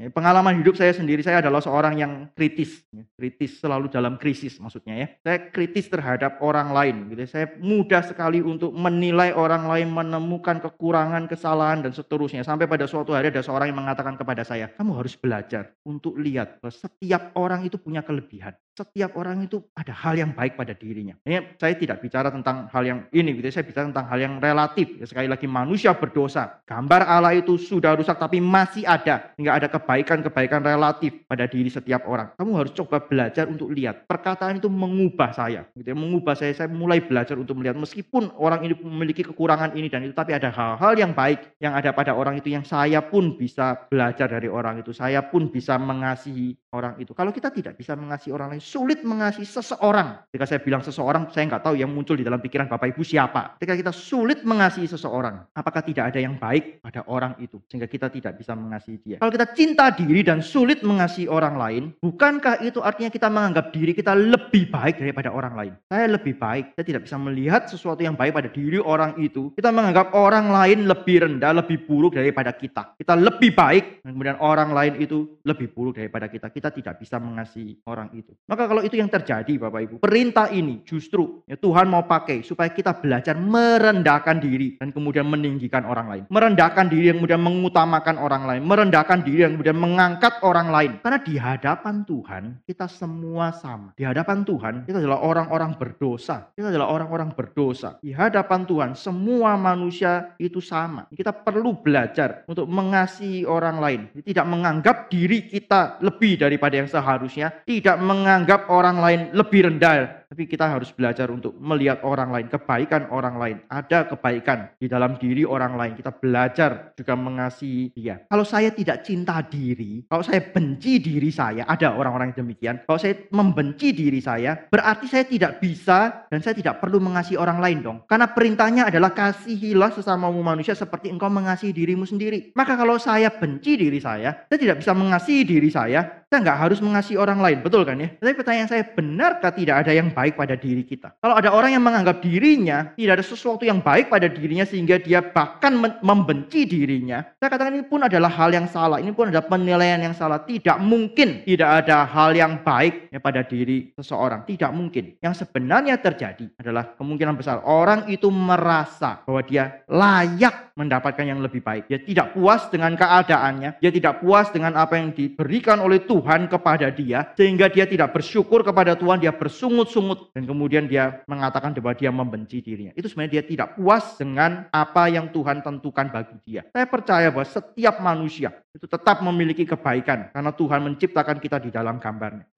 Pengalaman hidup saya sendiri, saya adalah seorang yang kritis, kritis selalu dalam krisis maksudnya ya. Saya kritis terhadap orang lain, gitu. Saya mudah sekali untuk menilai orang lain, menemukan kekurangan, kesalahan dan seterusnya. Sampai pada suatu hari ada seorang yang mengatakan kepada saya, kamu harus belajar untuk lihat bahwa setiap orang itu punya kelebihan. Setiap orang itu ada hal yang baik pada dirinya. Ini saya tidak bicara tentang hal yang ini, gitu. Saya bicara tentang hal yang relatif. Sekali lagi manusia berdosa. Gambar Allah itu sudah rusak tapi masih ada. Hingga ada kebaikan-kebaikan relatif pada diri setiap orang. Kamu harus coba belajar untuk lihat. Perkataan itu mengubah saya. Gitu. Mengubah saya mulai belajar untuk melihat. Meskipun orang ini memiliki kekurangan ini dan itu, tapi ada hal-hal yang baik yang ada pada orang itu yang saya pun bisa belajar dari orang itu. Saya pun bisa mengasihi orang itu. Kalau kita tidak bisa mengasihi orang lain, sulit mengasihi seseorang. Ketika saya bilang seseorang, saya nggak tahu yang muncul di dalam pikiran Bapak Ibu siapa. Ketika kita sulit mengasihi seseorang, apakah tidak ada yang baik pada orang itu sehingga kita tidak bisa mengasihi dia? Kalau kita cinta diri dan sulit mengasihi orang lain, bukankah itu artinya kita menganggap diri kita lebih baik daripada orang lain? Saya lebih baik, saya tidak bisa melihat sesuatu yang baik pada diri orang itu. Kita menganggap orang lain lebih rendah, lebih buruk daripada kita. Kita lebih baik, dan kemudian orang lain itu lebih buruk daripada kita. Kita tidak bisa mengasihi orang itu. Maka kalau itu yang terjadi Bapak Ibu, perintah ini justru ya, Tuhan mau pakai supaya kita belajar merendahkan diri dan kemudian meninggikan orang lain. Merendahkan diri yang kemudian mengutamakan orang lain. Merendahkan diri yang kemudian mengangkat orang lain. Karena di hadapan Tuhan kita semua sama. Di hadapan Tuhan kita adalah orang-orang berdosa. Kita adalah orang-orang berdosa. Di hadapan Tuhan semua manusia itu sama. Kita perlu belajar untuk mengasihi orang lain. Tidak menganggap diri kita lebih daripada yang seharusnya. Tidak menganggap orang lain lebih rendah. Tapi kita harus belajar untuk melihat orang lain, kebaikan orang lain. Ada kebaikan di dalam diri orang lain. Kita belajar juga mengasihi dia. Kalau saya tidak cinta diri, kalau saya benci diri saya, ada orang-orang yang demikian. Kalau saya membenci diri saya, berarti saya tidak bisa dan saya tidak perlu mengasihi orang lain dong. Karena perintahnya adalah kasihilah sesamamu manusia seperti engkau mengasihi dirimu sendiri. Maka kalau saya benci diri saya tidak bisa mengasihi diri saya nggak harus mengasihi orang lain, betul kan ya? Tapi pertanyaan saya, benarkah tidak ada yang baik pada diri kita? Kalau ada orang yang menganggap dirinya tidak ada sesuatu yang baik pada dirinya sehingga dia bahkan membenci dirinya, saya katakan ini pun adalah hal yang salah, ini pun adalah penilaian yang salah. Tidak mungkin tidak ada hal yang baik ya pada diri seseorang, tidak mungkin. Yang sebenarnya terjadi adalah kemungkinan besar orang itu merasa bahwa dia layak mendapatkan yang lebih baik. Dia tidak puas dengan keadaannya, dia tidak puas dengan apa yang diberikan oleh Tuhan kepada dia, sehingga dia tidak bersyukur kepada Tuhan, dia bersungut-sungut dan kemudian dia mengatakan bahwa dia membenci dirinya. Itu sebenarnya dia tidak puas dengan apa yang Tuhan tentukan bagi dia. Saya percaya bahwa setiap manusia itu tetap memiliki kebaikan karena Tuhan menciptakan kita di dalam gambarnya.